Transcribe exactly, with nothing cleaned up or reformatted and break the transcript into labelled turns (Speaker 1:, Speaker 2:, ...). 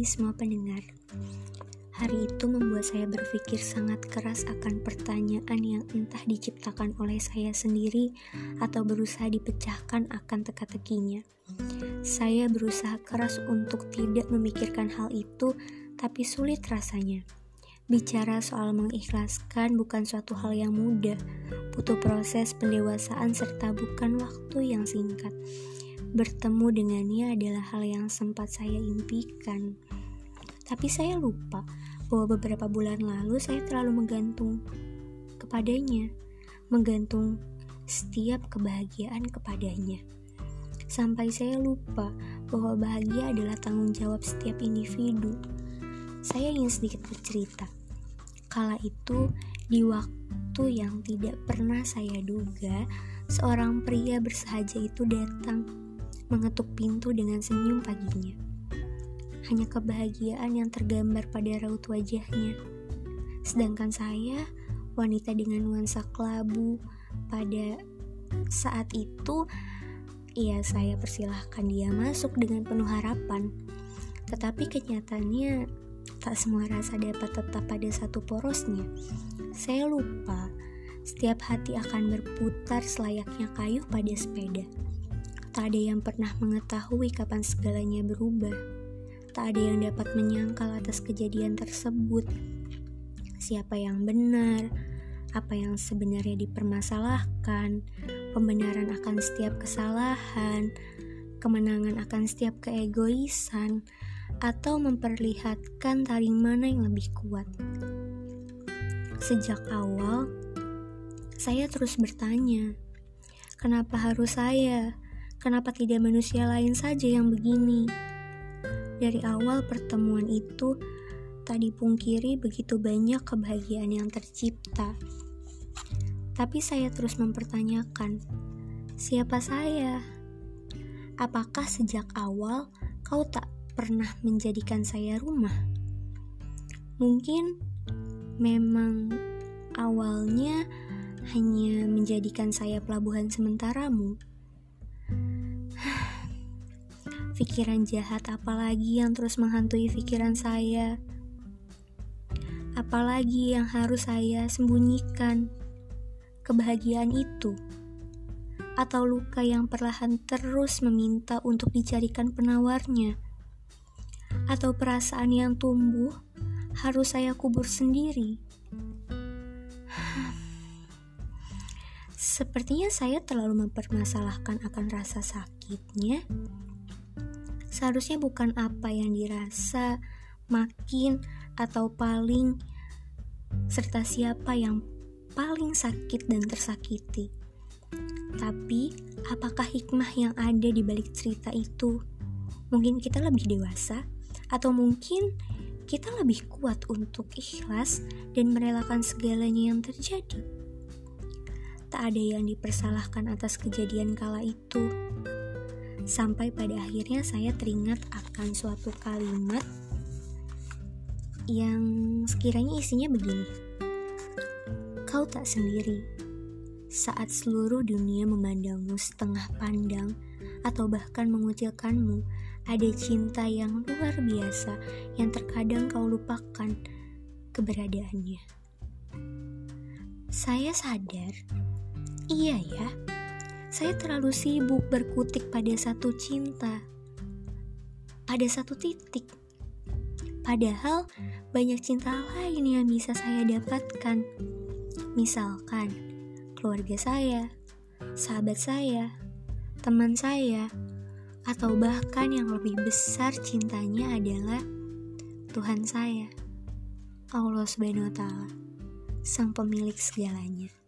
Speaker 1: semua pendengar. Hari itu membuat saya berpikir sangat keras akan pertanyaan yang entah diciptakan oleh saya sendiri atau berusaha dipecahkan akan teka-tekinya. Saya berusaha keras untuk tidak memikirkan hal itu, tapi sulit rasanya. Bicara soal mengikhlaskan bukan suatu hal yang mudah, butuh proses pendewasaan serta bukan waktu yang singkat. Bertemu dengannya adalah hal yang sempat saya impikan. Tapi saya lupa bahwa beberapa bulan lalu saya terlalu menggantung kepadanya, menggantung setiap kebahagiaan kepadanya. Sampai saya lupa bahwa bahagia adalah tanggung jawab setiap individu. Saya ingin sedikit bercerita. Kala itu, di waktu yang tidak pernah saya duga, seorang pria bersahaja itu datang, mengetuk pintu dengan senyum paginya. Hanya kebahagiaan yang tergambar pada raut wajahnya. Sedangkan saya, wanita dengan nuansa kelabu, pada saat itu, ya saya persilahkan dia masuk dengan penuh harapan. Tetapi kenyataannya, tak semua rasa dapat tetap pada satu porosnya. Saya lupa, setiap hati akan berputar selayaknya kayu pada sepeda. Tak ada yang pernah mengetahui kapan segalanya berubah. Tak ada yang dapat menyangkal atas kejadian tersebut. Siapa yang benar, apa yang sebenarnya dipermasalahkan, pembenaran akan setiap kesalahan, kemenangan akan setiap keegoisan, atau memperlihatkan taring mana yang lebih kuat. Sejak awal, saya terus bertanya, kenapa harus saya? Kenapa tidak manusia lain saja yang begini? Dari awal pertemuan itu, tak dipungkiri begitu banyak kebahagiaan yang tercipta. Tapi saya terus mempertanyakan, siapa saya? Apakah sejak awal kau tak pernah menjadikan saya rumah? Mungkin memang awalnya hanya menjadikan saya pelabuhan sementaramu. Pikiran jahat apalagi yang terus menghantui pikiran saya? Apalagi yang harus saya sembunyikan? Kebahagiaan itu? Atau luka yang perlahan terus meminta untuk dicarikan penawarnya? Atau perasaan yang tumbuh harus saya kubur sendiri? Sepertinya saya terlalu mempermasalahkan akan rasa sakitnya. Seharusnya bukan apa yang dirasa, makin, atau paling, serta siapa yang paling sakit dan tersakiti. Tapi, apakah hikmah yang ada di balik cerita itu? Mungkin kita lebih dewasa, atau mungkin kita lebih kuat untuk ikhlas dan merelakan segalanya yang terjadi. Tak ada yang dipersalahkan atas kejadian kala itu. Sampai pada akhirnya saya teringat akan suatu kalimat yang sekiranya isinya begini. Kau tak sendiri saat seluruh dunia memandangmu setengah pandang atau bahkan mengucilkanmu. Ada cinta yang luar biasa yang terkadang kau lupakan keberadaannya. Saya sadar, iya ya, saya terlalu sibuk berkutik pada satu cinta, pada satu titik. Padahal banyak cinta lain yang bisa saya dapatkan. Misalkan keluarga saya, sahabat saya, teman saya, atau bahkan yang lebih besar cintanya adalah Tuhan saya, Allah Subhanahu wa Ta'ala, Sang Pemilik segalanya.